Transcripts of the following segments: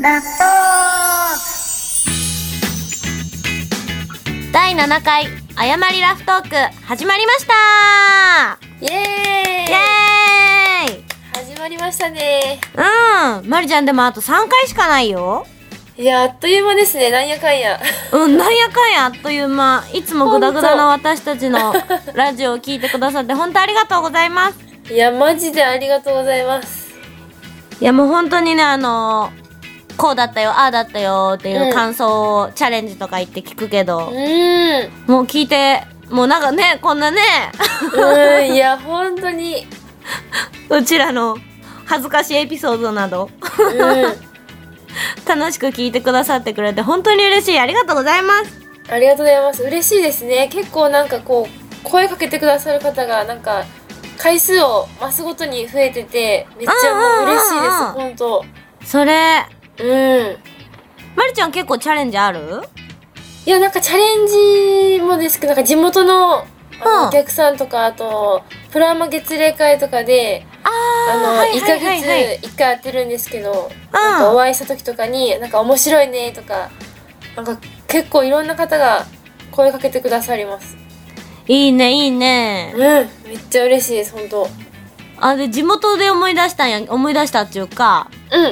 ラフトーク第7回誤りラフトーク始まりました。 イエーイイエーイ。 始まりましたね。 まるちゃんでもあと3回しかないよ。 いや、あっという間ですね。なんやかんや。 なんやかんやあっという間。いつもグダグダな私たちのラジオを聞いてくださって本当ありがとうございます。 いや、マジでありがとうございます。 いやもう本当にね、こうだったよああだったよっていう感想をチャレンジとか言って聞くけど、もう聞いてもうなんかね、こんなねいや本当にうちらの恥ずかしいエピソードなど楽しく聞いてくださってくれて本当に嬉しい。ありがとうございます。 ありがとうございます。嬉しいですね。結構なんかこう声かけてくださる方がなんか回数を増すごとに増えてて、めっちゃもう嬉しいです。本当それまるちゃん結構チャレンジある？ いや、なんかチャレンジもですけど、なんか地元のお客さんとか、あとプラマ月例会とかで1ヶ月1回やってるんですけど、なんかお会いした時とかになんか面白いねとか、なんか結構いろんな方が声かけてくださります。 いいねいいね。 めっちゃ嬉しいです。本当で地元で思い出したっていうか、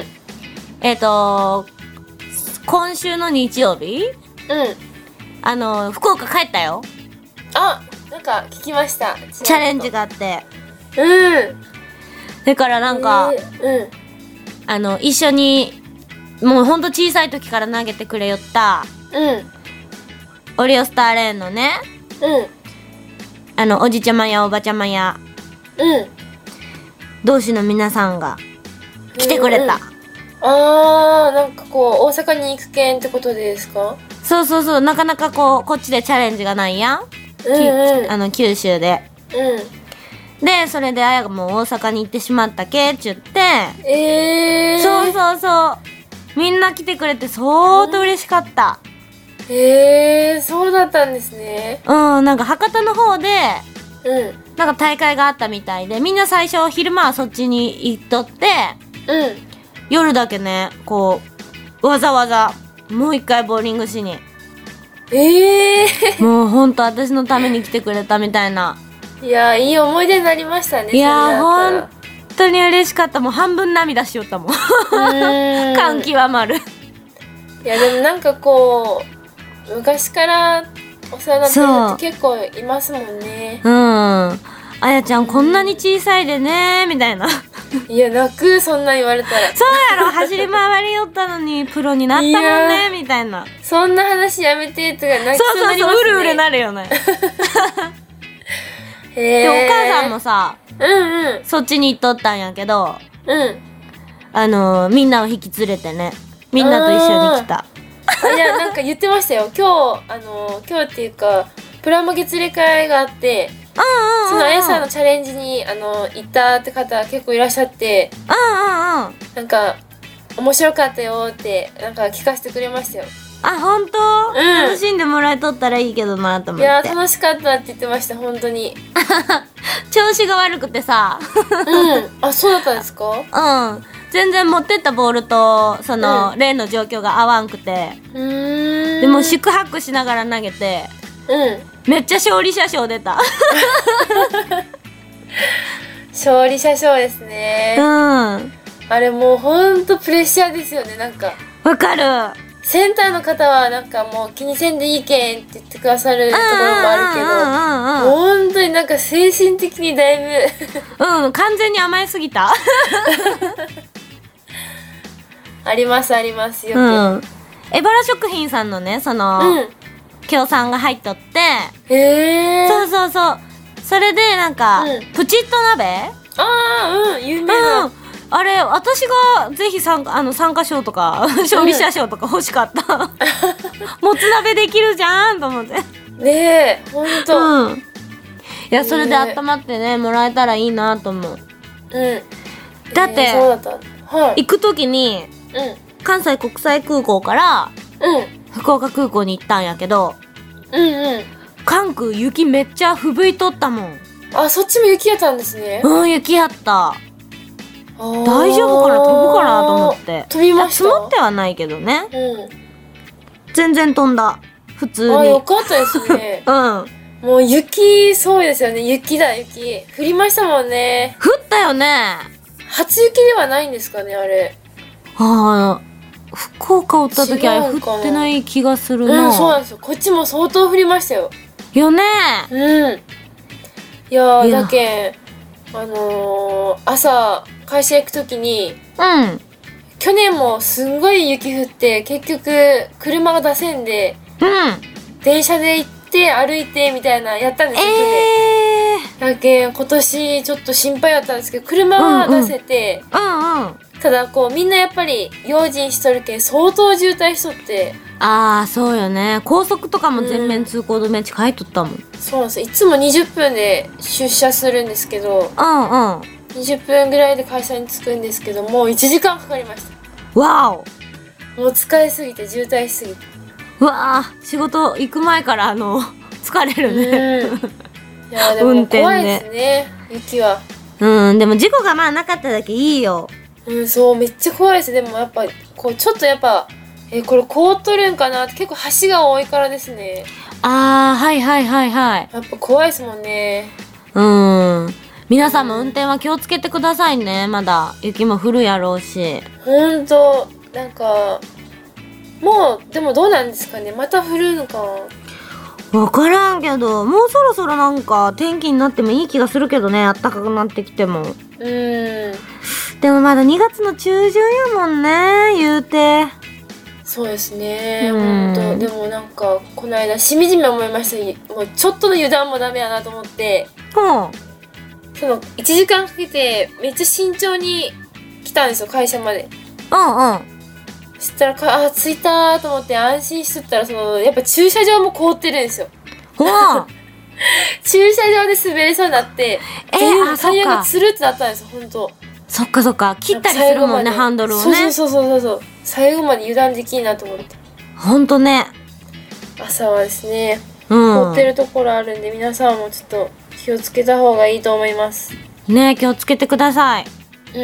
今週の日曜日福岡帰ったよ。 なんか聞きました。 チャレンジがあってだからなんか、一緒にもうほんと小さい時から投げてくれよったオリオスターレーンのね、おじちゃまやおばちゃまや同士の皆さんが来てくれた。 なんかこう大阪に行くけんってことですか？ そうなかなかこっちでチャレンジがないやん、九州で。でそれであやがもう大阪に行ってしまったけっちゅって、そうみんな来てくれて相当嬉しかった。 そうだったんですね。 なんか博多の方でなんか大会があったみたいで、みんな最初昼間はそっちに行っとって、夜だけねこうわざわざもう一回ボーリングしにもうほんと私のために来てくれたみたいな。 いやいい思い出になりましたね。 いやほんとに嬉しかった。もう半分涙しよったもん感極まる。 いやでもなんかこう昔からお世話になってる人って結構いますもんね。 あやちゃんこんなに小さいでねみたいな。 いや泣く、そんな言われたら。 そうやろ、走り回りよったのにプロになったもんねみたいな。 そんな話やめてとか泣きそうになりますね。 うるうるなるよねでお母さんもさ、そっちに行っとったんやけど、みんなを引き連れてね、みんなと一緒に来た。 いやなんか言ってましたよ。今日っていうかプラモ月例会があって、そのあやさんのチャレンジに行ったって方結構いらっしゃって、なんか面白かったよってなんか聞かせてくれましたよ。 本当？楽しんでもらえとったらいいけどなと思って。 いや楽しかったって言ってました。本当に調子が悪くてさそうだったんですか？ 全然持ってったボールとその、レーンの状況が合わんくて、でも四苦八苦しながら投げて、めっちゃ勝利者賞出た勝利者賞ですね。あれもうほんとプレッシャーですよね。なんかわかる。 センターの方はなんかもう気にせんでいいけんって言ってくださるところもあるけど、本当になんか精神的にだいぶ完全に甘えすぎたありますありますよく、 エバラ食品さんのねその、協賛が入っとって、そうそれでなんか、プチッと鍋有名な、 あれ私がぜひ参加賞とか勝利者賞とか欲しかったもつ鍋できるじゃんと思ってねえほんと、 いやそれで温まってねもらえたらいいなと思う。だって、行く時に、関西国際空港から、福岡空港に行ったんやけど、関空雪めっちゃ吹雪いとったもん。 そっちも雪やったんですね。 雪やった。 大丈夫かな、飛ぶかなと思って。 飛びました。 積もってはないけどね、全然飛んだ、普通に。 よかったですね。もう雪、そうですよね。雪降りましたもんね。 降ったよね。 初雪ではないんですかね、あれ。 福岡おった時あれ降ってない気がするな。 そうなんですよ。こっちも相当降りましたよ。 よね。 いやだけん朝会社行く時に、去年もすんごい雪降って結局車が出せんで、電車で行って歩いてみたいなやったんですよ、だけん今年ちょっと心配だったんですけど、車は出せて、ただこうみんなやっぱり用心しとるけん相当渋滞しとって。 そうよね。高速とかも全面通行止めって書いとったもん。 そうなんです。いつも20分で出社するんですけど、20分ぐらいで会社に着くんですけど、もう1時間かかりました。 わお。もう疲れすぎて、渋滞しすぎて。 仕事行く前から疲れるね。 いやでも怖いですね、雪は。 でも事故がまあなかっただけいいよ。 そう、めっちゃ怖いです。でもやっぱこうちょっとやっぱこれ凍っとるんかなって、結構橋が多いからですね。 はい。 やっぱ怖いですもんね。 皆さんも運転は気をつけてくださいね。まだ雪も降るやろうし。 ほんとなんかもうでもどうなんですかね、また降るのか分からんけど、もうそろそろなんか天気になってもいい気がするけどね、暖かくなってきても。でもまだ2月の中旬やもんね、言うて。 そうですね、ほんと。でもなんかこの間しみじみ思いました。もうちょっとの油断もダメやなと思って、その1時間かけてめっちゃ慎重に来たんですよ、会社まで。そしたら着いたと思って安心しとったら、やっぱ駐車場も凍ってるんですよ。駐車場で滑りそうになって、タイヤがつるってなったんですよ、ほんと。 そっか、切ったりするもんね、ハンドルをね。 そう、最後まで油断できんなと思って。 ほんとね。 朝はですね、凍ってるところあるんで、皆さんもちょっと気をつけた方がいいと思いますね。気をつけてください。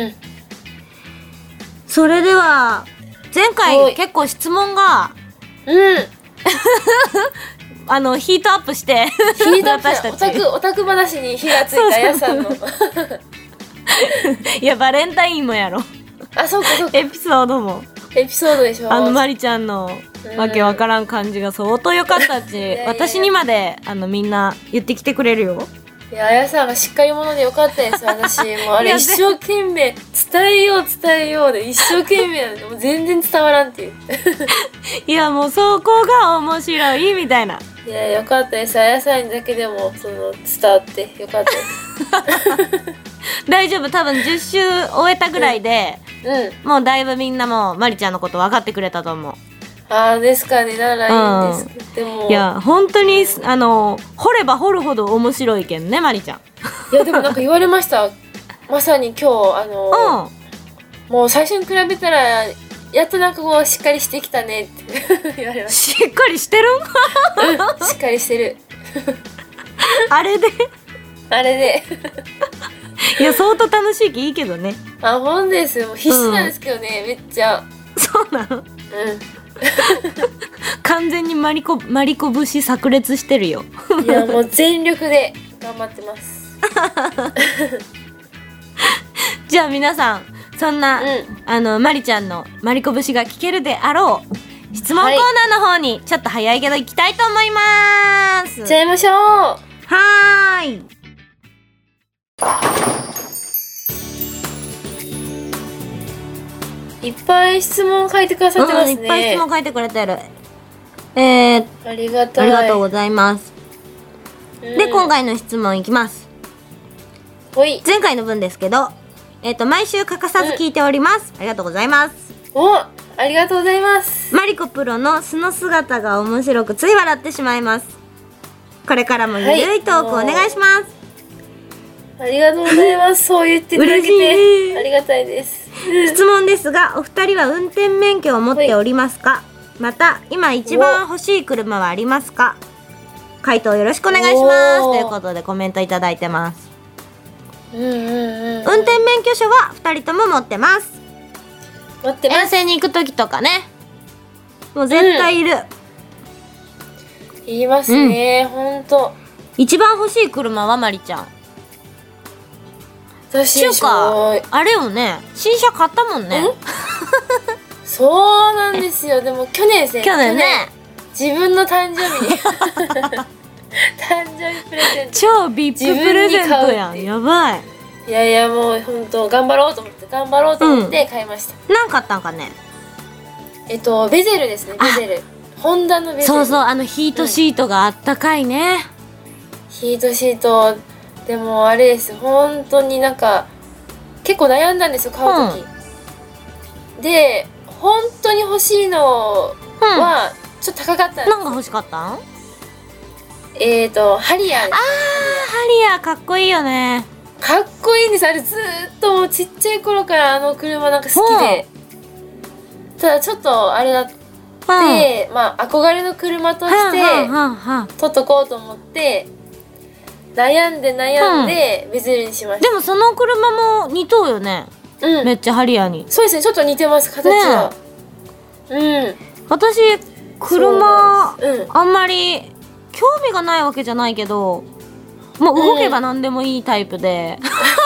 それでは前回結構質問がヒートアップして私たちオタク話に火がついたやさんのいやバレンタインもやろ。 そうかエピソードもエピソードでしょ。 まりちゃんのわけわからん感じが相当良かったし、私にまでみんな言ってきてくれるよ。 いや、あやさんがしっかり者でよかったです。私もうあれ一生懸命伝えようで一生懸命なんで、もう全然伝わらんっていういや、もうそこが面白いみたいな。 いや、よかったです。あやさんにだけでも伝わってよかったです大丈夫、多分10週終えたぐらいで、もうだいぶみんなもまりちゃんのこと分かってくれたと思う。 ですかね、ならいいんですけど、でもいや本当に掘れば掘るほど面白いけんね、まりちゃん。 いやでもなんか言われましたまさに今日もう最初に比べたらやっとなんかこうしっかりしてきたねって言われました。 しっかりしてるしっかりしてるあれでいや相当楽しいきいいけどね。 ほんです。もう必死なんですけどね、めっちゃ。 そうなの。完全にマリコ節炸裂してるよいやもう全力で頑張ってますじゃあ皆さんそんな、まりちゃんのマリコ節が聞けるであろう質問コーナーの方にちょっと早いけど行きたいと思います。 行っちゃいましょう。 はーい。 いっぱい質問書いてくださってますね。 いっぱい質問書いてくれてる。 ありがたい。 ありがとうございます。で、今回の質問いきます。前回の分ですけど、毎週欠かさず聞いております。ありがとうございます。 ありがとうございます。 マリコプロの素の姿が面白くつい笑ってしまいます。これからもゆるいトークお願いします。 ありがとうございます。そう言っていただけてありがたいです。 質問ですが、お二人は運転免許を持っておりますか？また今一番欲しい車はありますか？回答よろしくお願いしますということでコメントいただいてます。 運転免許証は2人とも持ってます。遠征に行く時とかね、もう絶対いる。 言いますね、ほんと。 一番欲しい車はまりちゃん。 私でしょ。 あれよね、新車買ったもんね。 そうなんですよ。でも去年ね、 自分の誕生日に誕生日プレゼント、 超ビッププレゼントやん。やばい。 いやいや、もうほんと頑張ろうと思って買いました。 何買ったんかね。 ベゼルですね。ベゼル、ホンダのベゼル。 そうそう、ヒートシートがあったかいね。 ヒートシート、でもあれです、本当になんか結構悩んだんですよ、買う時、で本当に欲しいのはちょっと高かったんです。 何が欲しかったん？ ハリアーです。 ハリアーかっこいいよね。 かっこいいんです。あれずーっともうちっちゃい頃からあの車なんか好きで、ただちょっとあれだって、まあ憧れの車として取っとこうと思って悩んでベゼルにしました。 でもその車も似とうよね。めっちゃハリアーに。 そうですね、ちょっと似てます、形は。 私車あんまり興味がないわけじゃないけど、もう動けば何でもいいタイプで。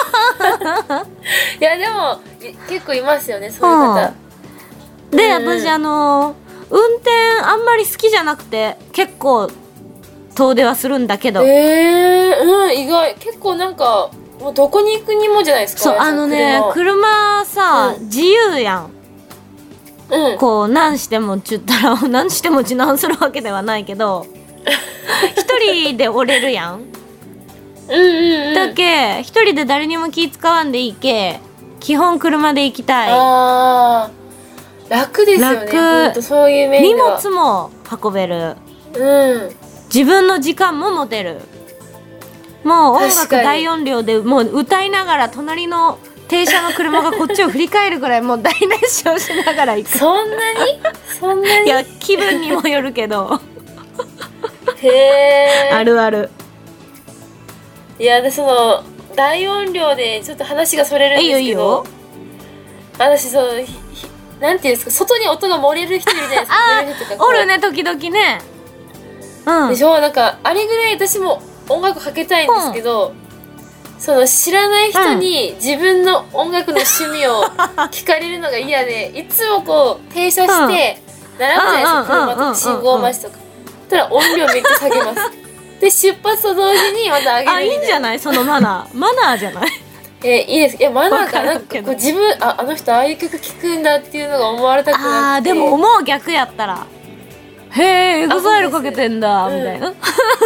いやでも結構いますよね、そういう方。 で、私運転あんまり好きじゃなくて結構遠出はするんだけど。 意外。結構なんかもうどこに行くにもじゃないですか。 そう車さ、自由やん。こう何してもちゅったら何しても自難するわけではないけど一人で折れるやん。だけ一人で誰にも気使わんでいいけ、基本車で行きたい。 楽ですよね。楽。そういう面では荷物も運べる。自分の時間も持てる。もう音楽大音量でもう歌いながら隣の停車の車がこっちを振り返るぐらいもう大熱唱しながら行く。 そんなにいや、気分にもよるけど。 へー、 あるある。 いや、でその大音量でちょっと話がそれるんですけど、いいよ。私なんていうんですか、外に音が漏れる人いるじゃないですか。 おるね、時々ね。 でしょ。なんかあれぐらい私も音楽かけたいんですけど、その知らない人に自分の音楽の趣味を聞かれるのが嫌で、いつもこう停車して並ぶじゃないですか、車とか信号待ちとか。たら音量めっちゃ下げます。で出発と同時にまた上げるみたいな。 いいんじゃない、そのマナーじゃない。 いいです。いや、マナーかなんかこう自分あの人ああいう曲聴くんだっていうのが思われたくなくて。 でも思う逆やったら、へえ、EXILEかけてんだみたいな。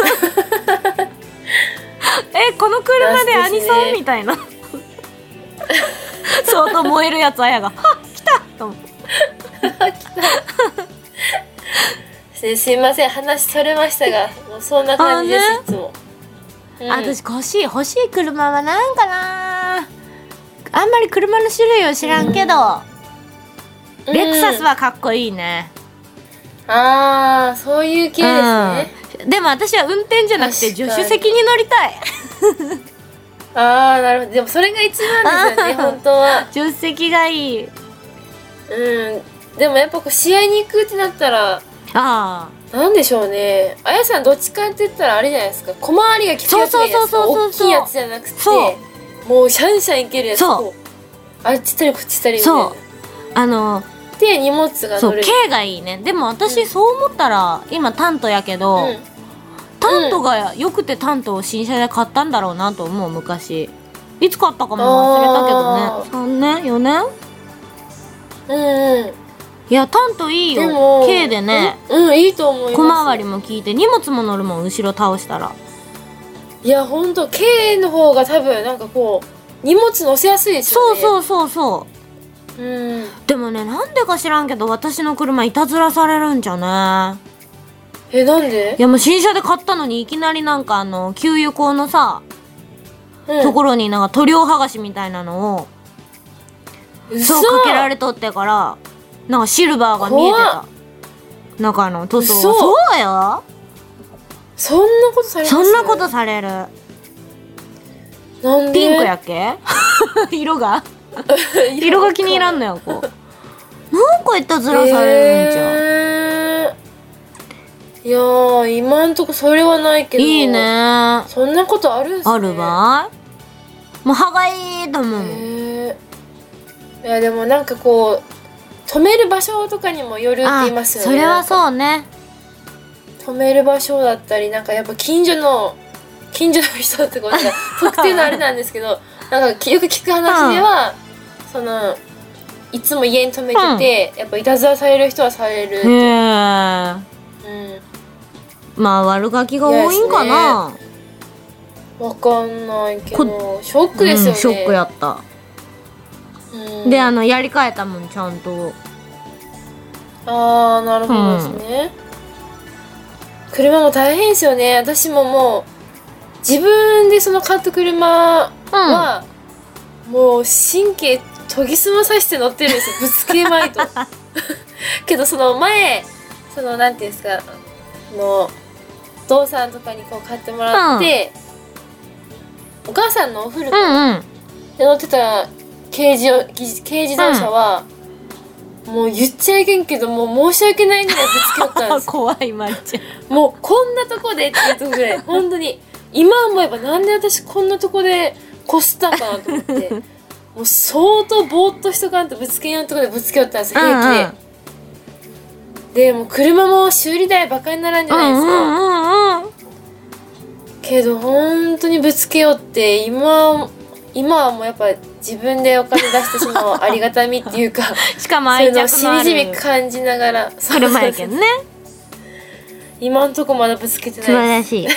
この車でアニソンみたいな。相当燃えるやつ、あやが来たと思って。 すいません、話それましたが、もうそんな感じです、いつも。 私欲しい車はなんかな、あんまり車の種類を知らんけど、レクサスはかっこいいね。 そういう系ですね。 でも私は運転じゃなくて助手席に乗りたい。 なるほど。でもそれが一番ですよね、本当は。 助手席がいい。 でもやっぱこう試合に行くってなったら、なんでしょうね。あやさんどっちかって言ったらあれじゃないですか。小回りが利くやつがいいですか。大きいやつじゃなくて、もうシャンシャンいけるやつ。あっち行ったりこっち行ったりみたいな。で荷物が乗る。 軽がいいね。でも私そう思ったら今タントやけど、タントがよくてタントを新車で買ったんだろうなと思う。昔いつ買ったかも忘れたけどね。3年4年。いや、タントいいよ。軽でね、 いいと思います。 小回りも効いて荷物も乗るもん、後ろ倒したら。 いや、ほんと軽の方が多分なんかこう荷物乗せやすいですよね。 そうでもね、なんでか知らんけど私の車いたずらされるんじゃね。 なんで？ いや、もう新車で買ったのにいきなりなんか給油口のさ、ところになんか塗料剥がしみたいなのをかけられとってから、なんかシルバーが見えてた。なんか塗装。そうよ。 そんなことされます？ そんなことされる。 なんでピンクやっけ色が気に入らんのよこうなんかいたずらされるんじゃん、 いやー今んとこそれはないけどいいねそんなことあるんすね。 あるわもう歯がいいと思ういやでもなんかこう止める場所とかにもよるって言いますよね。 それはそうね止める場所だったりなんかやっぱ近所の人ってことが特定のあれなんですけどなんかよく聞く話では、そのいつも家に止めてて、やっぱいたずらされる人はされるって。 へえ、まあ悪ガキが多いんかな、 わかんないけどショックですよね、 ショックやった、でやり替えたもんちゃんと。 ああなるほどですね、車も大変ですよね。私ももう自分でその買った車は、もう神経研ぎ澄まさして乗ってるんですよぶつけまいとけどその前そのなんていうんですかお父さんとかにこう買ってもらって、お母さんのお古かで乗ってた軽自動車は、もう言っちゃいけんけどもう申し訳ないぐらいぶつけよったんです怖いまっちゃもうこんなとこでっていうとこぐらい本当に今思えばなんで私こんなとこでこすったんかなと思ってもう相当ぼーっとしとかんとぶつけようとこでぶつけよったんですよ平気で、でもう車も修理代バカにならんじゃないですか、けど本当にぶつけよって今はもうやっぱ自分でお金出してしまうありがたみっていうかしかも愛着のあるしみじみ感じながら車やけんね今んとこまだぶつけてない素晴らしい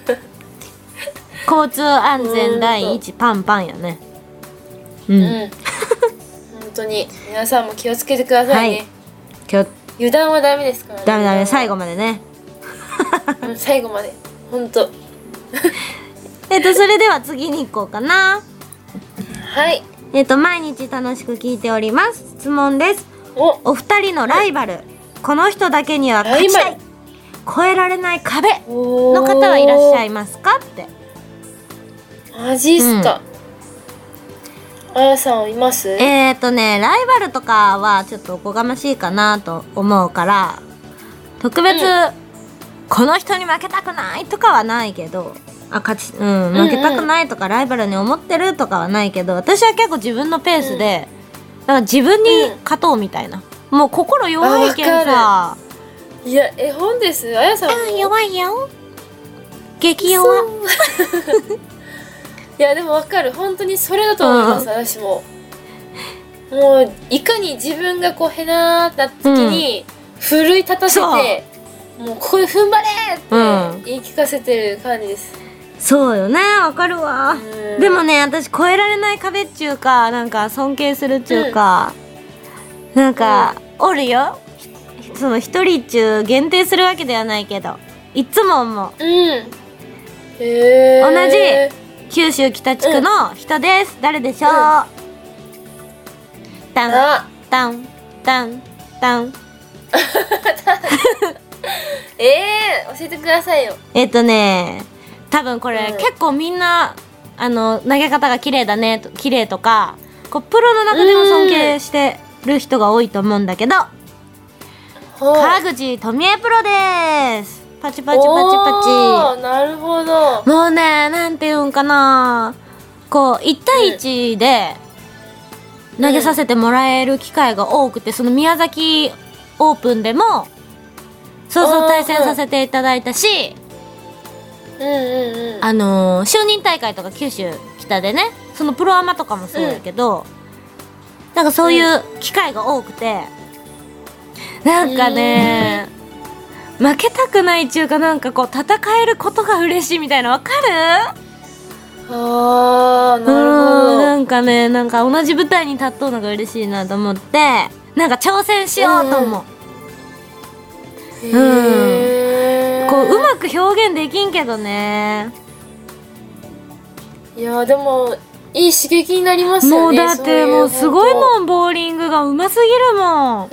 交通安全第一パンパンやね本当に皆さんも気をつけてくださいね、油断はダメですからね。 ダメ最後までね最後まで本当それでは次に行こうかな。 はい。 毎日楽しく聞いております。質問です。お二人のライバル、この人だけには勝ちたい、越えられない壁の方はいらっしゃいますかって。 マジっすか。あやさんいます？ ライバルとかはちょっとおこがましいかなと思うから特別、この人に負けたくないとかはないけど負けたくないとか、ライバルに思ってるとかはないけど、私は結構自分のペースで、だから自分に勝とうみたいな、もう心弱いけんさ。 いや絵本です。あやさん弱いよ、激弱いやでもわかる、本当にそれだと思います、私も。もういかに自分がこうへなーった時に奮い立たせて、もうここで踏ん張れって言い聞かせてる感じです。 そうよね、わかるわ。でもね、私越えられない壁っちゅうか、なんか尊敬するっちゅうか、なんか、おるよ。その一人っちゅう限定するわけではないけど、いつも思う。同じ九州北地区の人です。誰でしょう？タンタンタンタン教えてくださいよ。 多分これ、結構みんな投げ方が綺麗だね、綺麗とかこうプロの中でも尊敬してる人が多いと思うんだけど、川口富江プロです。パチパチパチパチ。 なるほど。 もうね、なんていうんかな、こう1対1で投げさせてもらえる機会が多くて、その宮崎オープンでもそう対戦させていただいたし、就任大会とか九州北でね、そのプロアマとかもそうだけど、なんかそういう機会が多くて、なんかね、負けたくないっていうか、なんかこう戦えることが嬉しいみたいな、わかる？ なるほど。 なんかね、なんか同じ舞台に立っとうのが嬉しいなと思って、なんか挑戦しようと思う。こううまく表現できんけどね。 いやでもいい刺激になりますよね。 もうだってもうすごいもん、ボーリングがうますぎるもん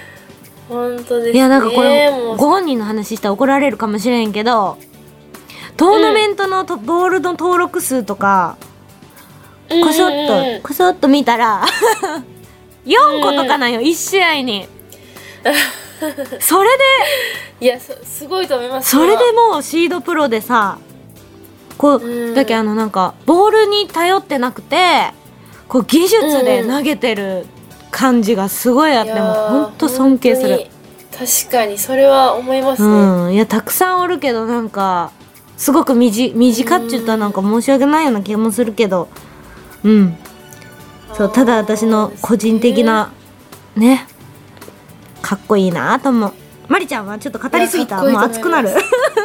本当ですね。 いやなんかこれご本人の話したら怒られるかもしれんけど、 トーナメントのボールの登録数とか、こそっと見たら4個とかなんよ、1試合に。それでいやすごいと思います。 それでもうシードプロでさ、こうだけなんかボールに頼ってなくて、こう技術で投げてる感じがすごいあって、もうほんと尊敬する。 確かにそれは思いますね。 いやたくさんおるけど、なんかすごく短っちゅったらなんか申し訳ないような気もするけど、そう、ただ私の個人的なね、かっこいいなと思う。まりちゃんはちょっと語りすぎた？もう熱くなる？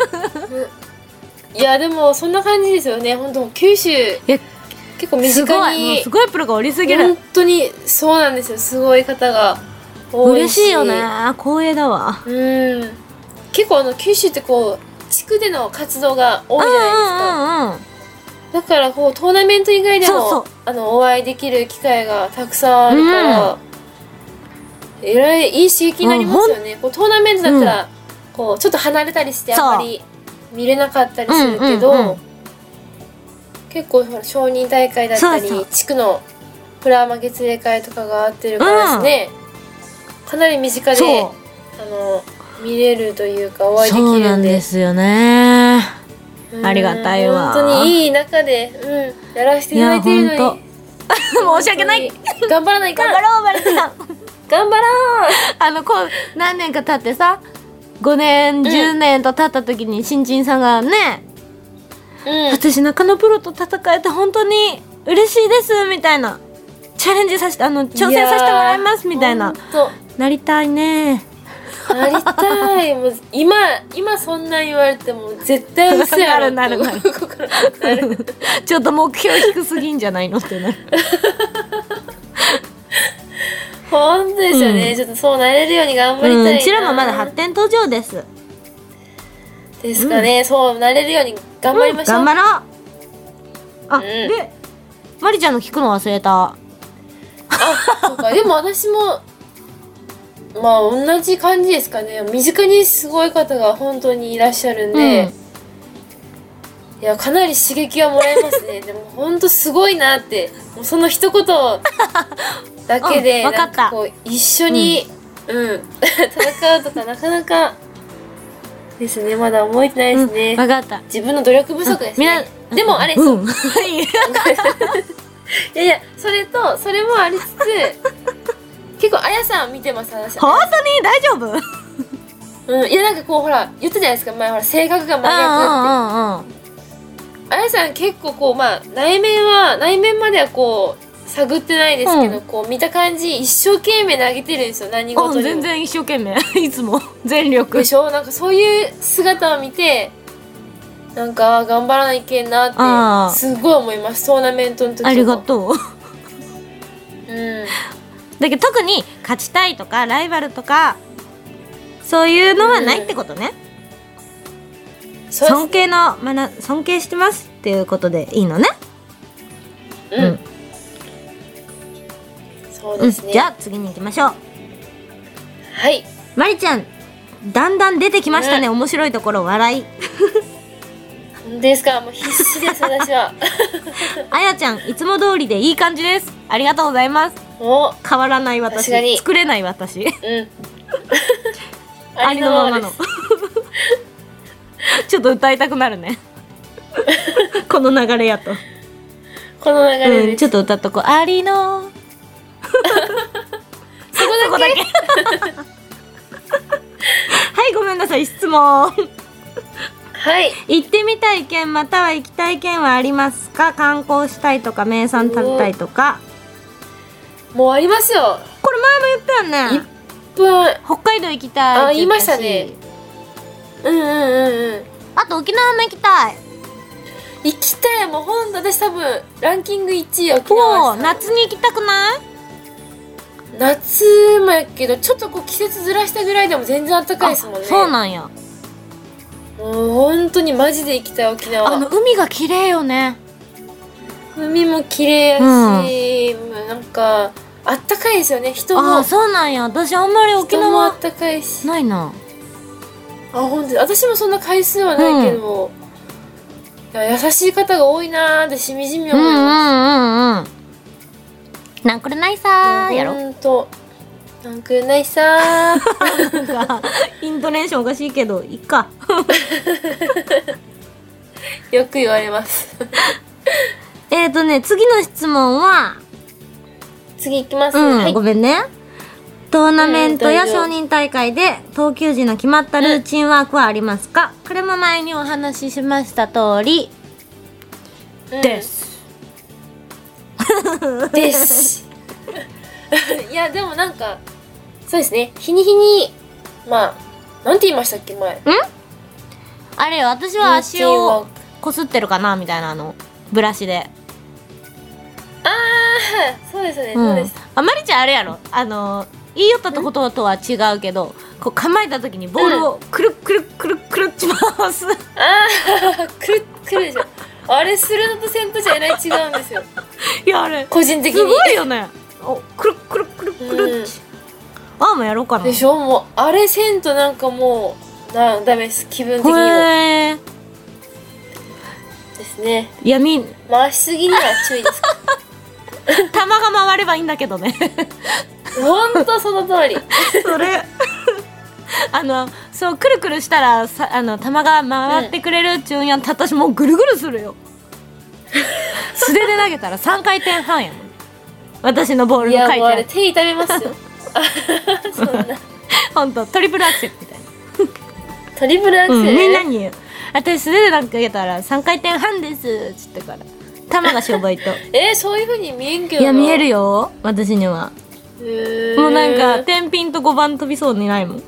いやでもそんな感じですよね。本当九州結構身近にすごいプロがおりすぎる。 本当にそうなんですよ。すごい方が多いし、 嬉しいよね。光栄だわ。 結構九州ってこう地区での活動が多いじゃないですか。だからこうトーナメント以外でもお会いできる機会がたくさんあるから、えらいいい刺激になりますよね。こうトーナメントだったら、こうちょっと離れたりしてあんまり見れなかったりするけど、結構ほら承認大会だったり地区のプラーマ月例会とかがあってるからですね、かなり身近で見れるというかお会いできるんで。 そうなんですよね。ありがたいわ。 本当にいい中で、やらせていただいているのに申し訳ない。 頑張らないか。 頑張ろうまりちゃん。 頑張ろう。 こう何年か経ってさ、5年10年と経った時に新人さんがね、私中野プロと戦えて本当に嬉しいですみたいな、チャレンジさせて挑戦させてもらいますみたいな、なりたいね。 なりたい。もう今そんなん言われても絶対嘘やろ。 なるちょっと目標低すぎんじゃないのってなる。 本当ですよね、ちょっとそうなれるように頑張りたいな。 うちらもまだ発展途上ですかね、そうなれるように頑張りましょう。 頑張ろう。でまりちゃんの聞くの忘れた。 そうか。でも私もまあ同じ感じですかね。身近にすごい方が本当にいらっしゃるんで、いやかなり刺激はもらえますね。でも本当すごいなって、もうその一言だけでなんかこう一緒に戦うとかなかなかですね。まだ思えてないですね。 分かった。 自分の努力不足ですね。でもあれ、いやいや、それもありつつ結構あやさん見てます。私本当に大丈夫？ いやなんかこうほら言ったじゃないですか、前ほら性格が真逆って。あやさん結構こう内面まではこう探ってないですけど、こう見た感じ一生懸命投げてるんですよ、何事にも。 全然一生懸命いつも全力でしょ。なんかそういう姿を見て、なんか頑張らないけんなってすごい思います。トーナメントの時とか。 ありがとう。だけど特に勝ちたいとかライバルとかそういうのはないってことね。尊敬してますっていうことでいいのね。 そうですね。 じゃあ次に行きましょう。 はい。 まりちゃんだんだん出てきましたね、面白いところ笑いですか。もう必死です私は。 あやちゃんいつも通りでいい感じです。ありがとうございます。変わらない私、作れない私、ありのままのちょっと歌いたくなるね。この流れやと。 この流れでちょっと歌っとこう。ありのそこだけはい、ごめんなさい。質問。 はい。 行ってみたい県または行きたい県はありますか？観光したいとか名産食べたいとか。 もうありますよ。 これ前も言ったよね。 いっぱい。 北海道行きたい。 言いましたね。 あと沖縄も行きたい。 行きたい。もうほんと私多分ランキング1位沖縄です。 夏に行きたくない？ 夏もやけどちょっとこう季節ずらしたぐらいでも全然暖かいですもんね。 そうなんや。 もう本当にマジで行きたい沖縄。 海が綺麗よね。 海も綺麗やし、なんかあったかいですよね。人も。 そうなんや。私あんまり沖縄人もあったかいしないな。 本当に私もそんな回数はないけど、 優しい方が多いなーってしみじみ思います。 なんくるないさーやろ。 ほんとなんくるないさーイントネーションおかしいけどいっか。 よく言われます。 次の質問は次いきます、 はい、ごめんね。トーナメントや承認大会で投球時の決まったルーチンワークはありますか？これも前にお話ししました通り、です。 です。いやでもなんかそうですね、日に日にまあなんて言いましたっけ前？ あれよ、私は足をこすってるかなみたいなのブラシで。 そうですね、そうです。 あまりちゃんあれやろ、言い寄ったこととは違うけど、こう構えた時にボールをくるくるくるくるっち回す。 くるくるでしょ。あれするのとせんとじゃえらい違うんですよ。 いやあれ個人的にすごいよね。くるくるくるくるっち。もうやろうかな。 でしょ。もうあれせんとなんかもうダメです、気分的にも。ですね。 いや回しすぎには注意ですか。 玉が回ればいいんだけどね。 ほんとその通り。 それそうくるくるしたら玉が回ってくれるっちゅうんやん。私もうぐるぐるするよ。素手で投げたら3回転半やもん。私のボールの回転。 いやもうあれ手痛めますよ。そんなほんとトリプルアクセルみたいな。 トリプルアクセル、 みんなに言う。私素手で投げたら3回転半ですっつってから玉がしょぼいと。 そういう風に見えんけどな。 いや見えるよ私には。もうなんか天秤と5番飛びそうにないもん。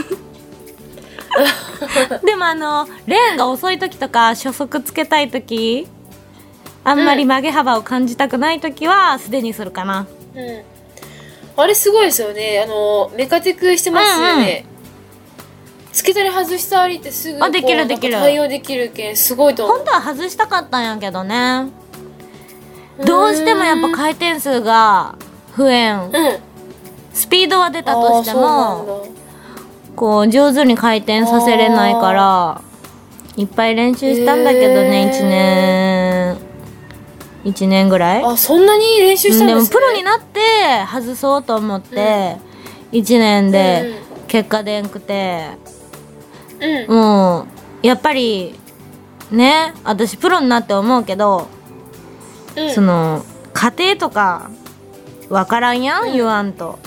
でもレーンが遅い時とか初速つけたい時、あんまり曲げ幅を感じたくない時は素手にするかな。 あれすごいですよね。メカテクしてますよね。つけたり外したりってすぐできるできる対応できるけんすごいと思う。 本当は外したかったんやけどね、どうしてもやっぱ回転数が増えん、スピードは出たとしてもこう上手に回転させれないからいっぱい練習したんだけどね、1年ぐらい。 そんなに練習したんですね。 でもプロになって外そうと思って、1年で結果出んくて、もうやっぱりね、私プロになって思うけど、その過程とか分からんやん、言わんと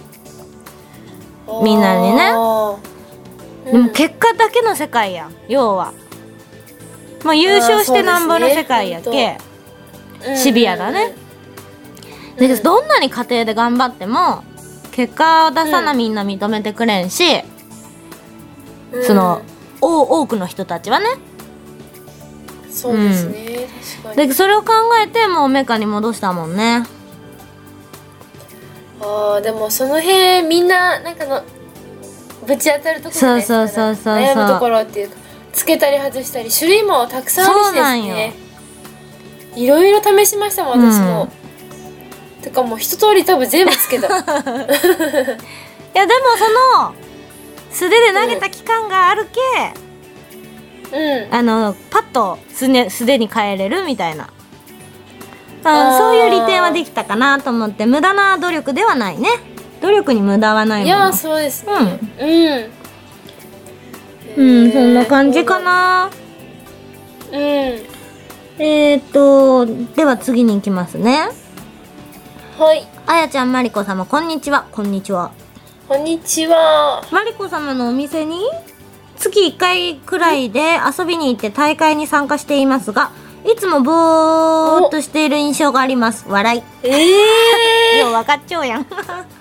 みんなにね。でも結果だけの世界やん、要は。もう優勝してなんぼの世界やっけ、シビアだね。でどんなに家庭で頑張っても結果を出さなみんな認めてくれんし、その多くの人たちはね。 そうですね、確かに。 でそれを考えてもうメカに戻したもんね。 でもその辺みんななんかぶち当たるところですから悩むところっていうか、つけたり外したり種類もたくさんあるしですね。いろいろ試しましたもん私も。てかもう一通り多分全部つけた。いやでもその素手で投げた期間があるけ、パッと素手に変えれるみたいな、そういう利点はできたかなと思って。無駄な努力ではないね。努力に無駄はないもん。 いやそうですね。 そんな感じかな。では次に行きますね。 はい。 あやちゃん、まりこ様、こんにちは。こんにちは。 こんにちは。 まりこ様のお店に月1回くらいで遊びに行って大会に参加していますが、いつもぼーっとしている印象があります。笑い。よう分かっちゃうやん。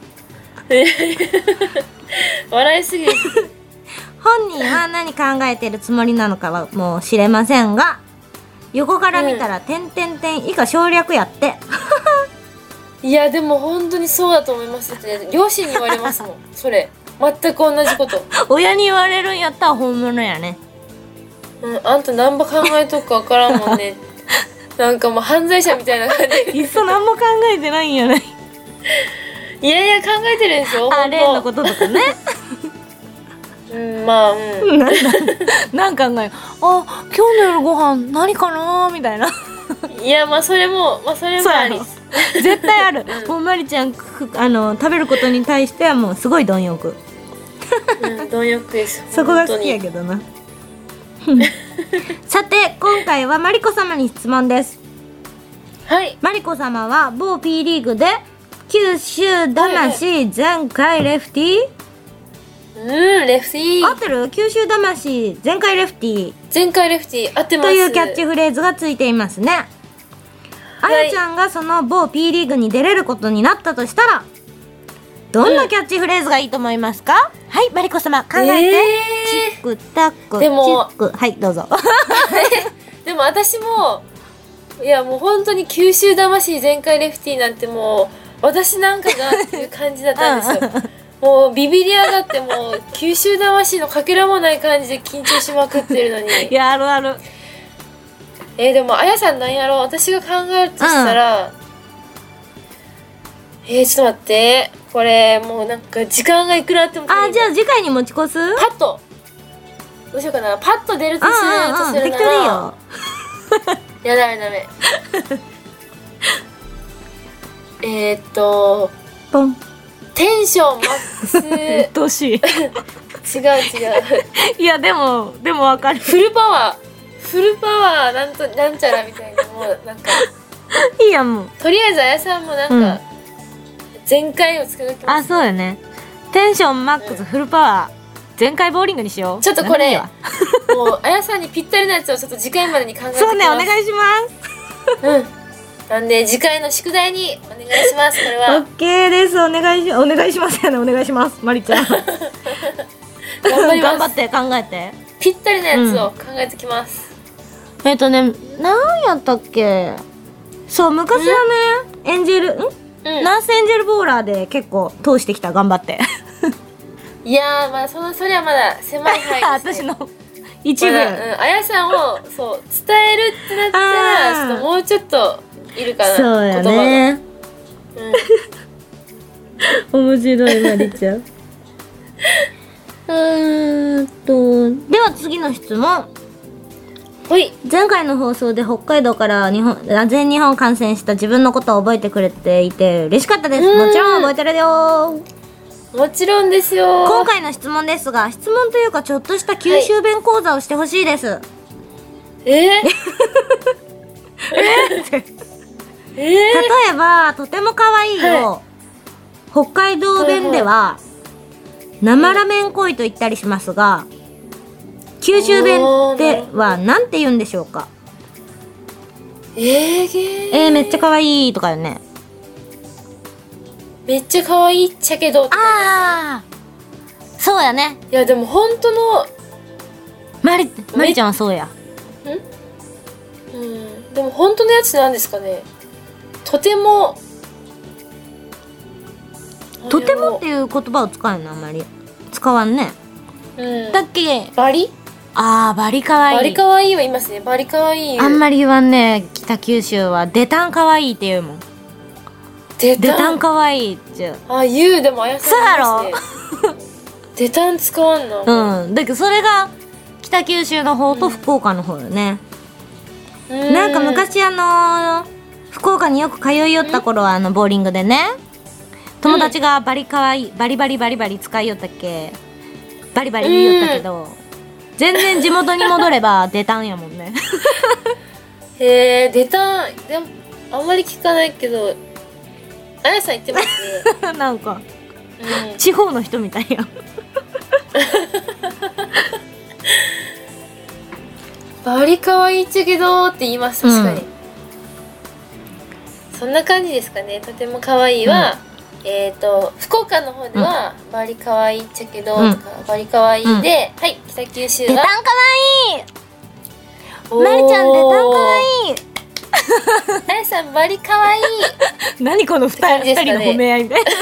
笑いすぎる。 本人は何考えてるつもりなのかはもう知れませんが、横から見たら点々点以下省略やって。 いやでも本当にそうだと思いますって、両親に言われますもん。それ全く同じこと。 親に言われるんやったら本物やね。 あんた何ば考えとくか分からんもんね。なんかもう犯罪者みたいな感じ。 いっそ何も考えてないんやない。 いやいや考えてるんですよ。 例のこととかね。 まあなんか考え、あ、今日の夜ご飯何かなみたいな。 いや、まあそれもあり絶対ある。もうまりちゃん食べることに対してはもうすごい貪欲。 貪欲です。 そこが好きやけどな。さて今回はマリコ様に質問です。 はい。 マリコ様は某 P リーグで九州魂全開レフティー、 レフティー合ってる？九州魂全開レフティー、 全開レフティー合ってますというキャッチフレーズがついていますね。あやちゃんがその某 P リーグに出れることになったとしたらどんなキャッチフレーズがいいと思いますか？はい、マリコ様考えて、チックタックチック、はいどうぞ。 でも私もいやもう本当に九州魂全開レフティーなんてもう私なんかがっていう感じだったんですよ。もうビビり上がってもう九州魂のかけらもない感じで緊張しまくってるのに。 いや、あるある。 でもあやさんなんやろう、私が考えるとしたら、ちょっと待って、これもうなんか時間がいくらあってもじゃあ次回に持ち越す？ パッとどうしようかな。パッと出るとするなら適当でいいよ。 いや、ダメポン。 テンションマックス。 うっとうしい。 違う。 いやでもわかる。 フルパワーなんちゃらみたいな、もうなんかいいやもう。 とりあえずあやさんもなんか、全開をつけときます、 そうよね。テンションマックスフルパワー、全開ボーリングにしよう。 ちょっとこれもうあやさんにぴったりなやつをちょっと次回までに考えてきます。 そうね、お願いします。なんで次回の宿題にお願いします。これはオッケーです。お願いしますよね。お願いします、まりちゃん。頑張って考えて。 ぴったりなやつを考えてきます。 なんやったっけ。そう、昔はね、エンジェルナースエンジェルボーラーで結構通してきた。頑張って。 いやー、まあそれはまだ狭い範囲ですね。 私の一部、 あやさんをそう伝えるってなったらちょっともうちょっといるかな。 そうやね。面白い、まりちゃん。では次の質問。前回の放送で北海道から全日本観戦した自分のことを覚えてくれていて嬉しかったです。もちろん覚えてるよ。 もちろんですよ。 今回の質問ですが、質問というかちょっとした九州弁講座をしてほしいです。例えばとても可愛いよ、北海道弁では生ラメン恋と言ったりしますが、九州弁ではなんて言うんでしょうか？めっちゃ可愛いとかよね。 めっちゃ可愛いっちゃけどとか。そうやね。 いやでも本当のまりちゃんはそうや。 でも本当のやつなんですかね。とてもっていう言葉を使うのあんまり使わんね。だっけ？ バリ？ バリかわいい。 バリかわいいは言いますね。バリかわいい。 あんまり言わんね。北九州はデタンかわいいって言うもん。デタンかわいいっちゅう。 言う。でもあやさんそうやろ。 デタン使わんの。 だけどそれが北九州の方と福岡の方よね。なんか昔福岡によく通いよった頃はボーリングでね、友達がバリかわいい、バリバリ使いよったっけ、バリバリ言いよったけど、全然地元に戻ればデタンやもんね。 デタンでもあんまり聞かないけど、あやさん言ってますね。 なんか、地方の人みたいや。 バリかわいいっちゃけどって言います。確かに、そんな感じですかね。とてもかわいいは、福岡の方では、バリかわいいっちゃけどとか、バリかわいいで、はい、北九州はデタンかわいい。まりちゃんデタンかわいい。 あやさんバリかわいい。 何この2人の褒め合いみたいな。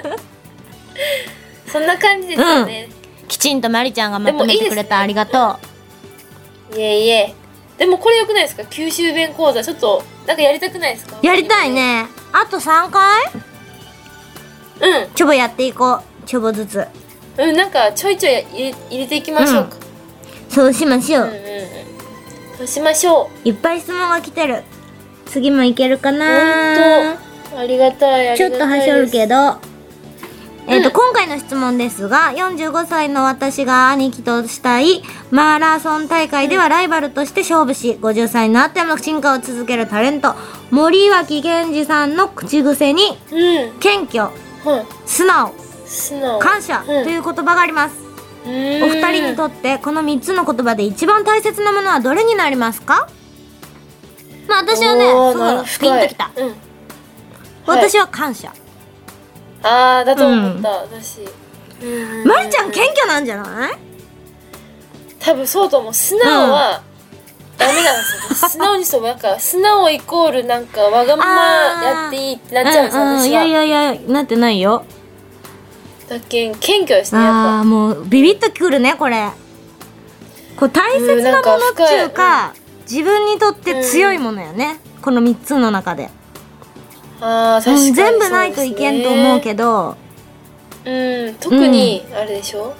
そんな感じですよね。 きちんとまりちゃんがまとめてくれた。ありがとう。いえ。でもこれよくないですか？九州弁講座ちょっとなんかやりたくないですか？ やりたいね。あと3回ちょぼやっていこう。ちょぼずつ。 なんかちょいちょい入れていきましょうか。 そうしましょう。 そうしましょう。いっぱい質問が来てる。次もいけるかな。 本当ありがたい。 ちょっとはしょるけど。今回の質問ですが、45歳の私が兄貴としたいマラソン大会ではライバルとして勝負し、50歳になっても進化を続けるタレント、森脇健児さんの口癖に、謙虚、素直、感謝という言葉があります。お二人にとってこの3つの言葉で一番大切なものはどれになりますか？まあ私はね、すごいピンときた。私は感謝。 だと思った、私。 まりちゃん謙虚なんじゃない？ 多分そうと思う。素直はダメなんですよ。素直にしてもなんか素直イコールなんかわがままやっていいってなっちゃうんですよ、私は。 いやなってないよ。 だけん謙虚ですね、やっぱ。 もうビビッとくるね、これ。こう大切なものっていうか、自分にとって強いものよね、この3つの中で。 確かに全部ないといけんと思うけど、 特にあれでしょ。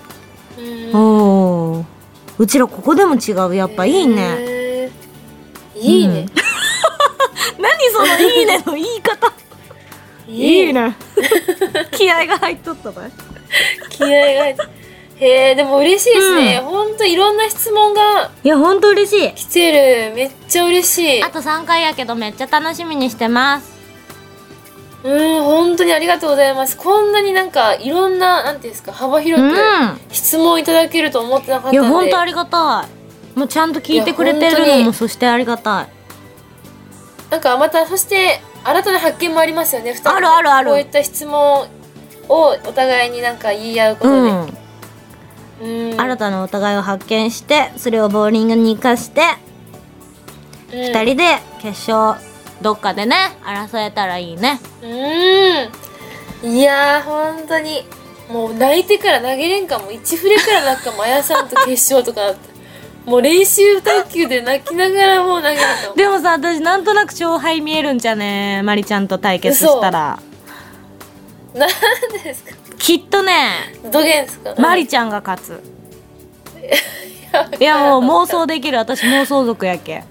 うちらここでも違う。やっぱいいね。 いいね。 何そのいいねの言い方。いいね。気合が入っとったばい。 気合が入っへえ、でも嬉しいですね。ほんといろんな質問が。 いや、ほんと嬉しい。 来てる。めっちゃ嬉しい。 あと3回やけどめっちゃ楽しみにしてます。 本当にありがとうございます。こんなになんかいろんな、なんていうんですか、幅広く質問いただけると思ってなかったんで。 いや、ほんとありがたい。もうちゃんと聞いてくれてるのも、そしてありがたい。 なんかまた、そして新たな発見もありますよね、2人。 ある。 こういった質問をお互いになんか言い合うことで。 新たなお互いを発見して、それをボーリングに生かして、2人で決勝どっかでね争えたらいいね。 いやー、本当にもう泣いてから投げれんかも。1フレからなんかもあやさんと決勝とかだってもう練習卓球で泣きながらもう投げるかも。 でもさ、私なんとなく勝敗見えるんじゃね、まりちゃんと対決したら。 なんでですか？ きっとね、 どげんですか？ まりちゃんが勝つ。いや、もう妄想できる。私妄想族やけ。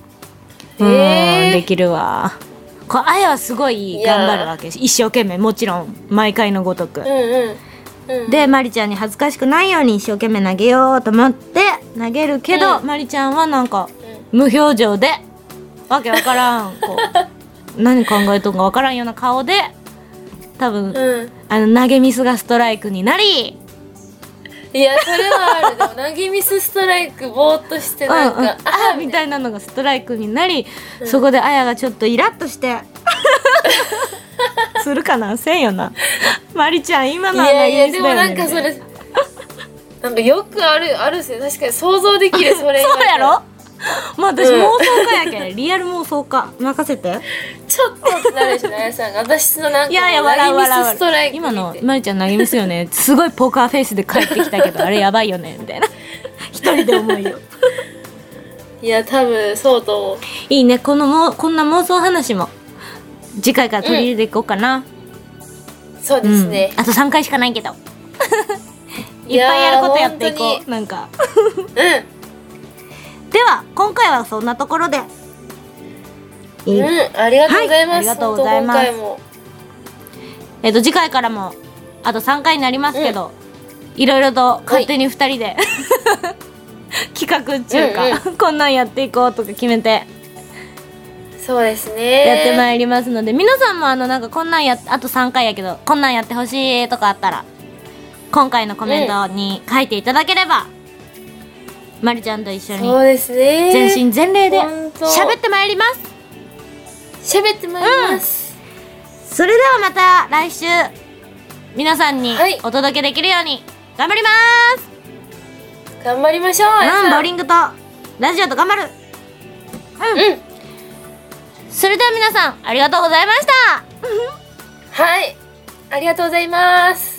できるわ。これあやはすごい頑張るわけ。一生懸命、もちろん毎回のごとく。で、まりちゃんに恥ずかしくないように一生懸命投げようと思って投げるけど、まりちゃんはなんか無表情でわけわからん、こう何考えとんかわからんような顔で多分、投げミスがストライクになり。 いや、それはある。でも投げミスストライクぼーっとしてなんかみたいなのがストライクになり、そこであやがちょっとイラッとしてするかな、せんよな。まりちゃん今のは投げミスだよね。いやいや、でもなんかそれなんかよくあるっすよ。確かに想像できる。それそうやろ。まあ私妄想家やけん、リアル妄想家任せて。 ちょっとってなるでしょ、あやさんが。私のなんか投げミスストライク今のまりちゃん投げミスよね、すごいポーカーフェイスで帰ってきたけどあれやばいよねみたいな一人で思うよ。 いや、多分そうと思う。 いいね、こんな妄想話も次回から取り入れていこうかな。 そうですね、 あと3回しかないけどいっぱいやることやっていこう。なんかでは今回はそんなところで、 ありがとうございます。 ありがとうございます。次回からもあと3回になりますけど、いろいろと勝手に2人で、企画っていうか、こんなんやっていこうとか決めて、 そうですね、 やってまいりますので、皆さんもなんかこんなんあと3回やけどこんなんやってほしいとかあったら今回のコメントに書いていただければ、まりちゃんと一緒に全身全霊で喋ってまいります。 喋ってまいります、 それではまた来週皆さんにお届けできるように頑張ります。 頑張りましょう。 ボーリングとラジオと頑張る。それでは皆さんありがとうございました。 はい、ありがとうございます。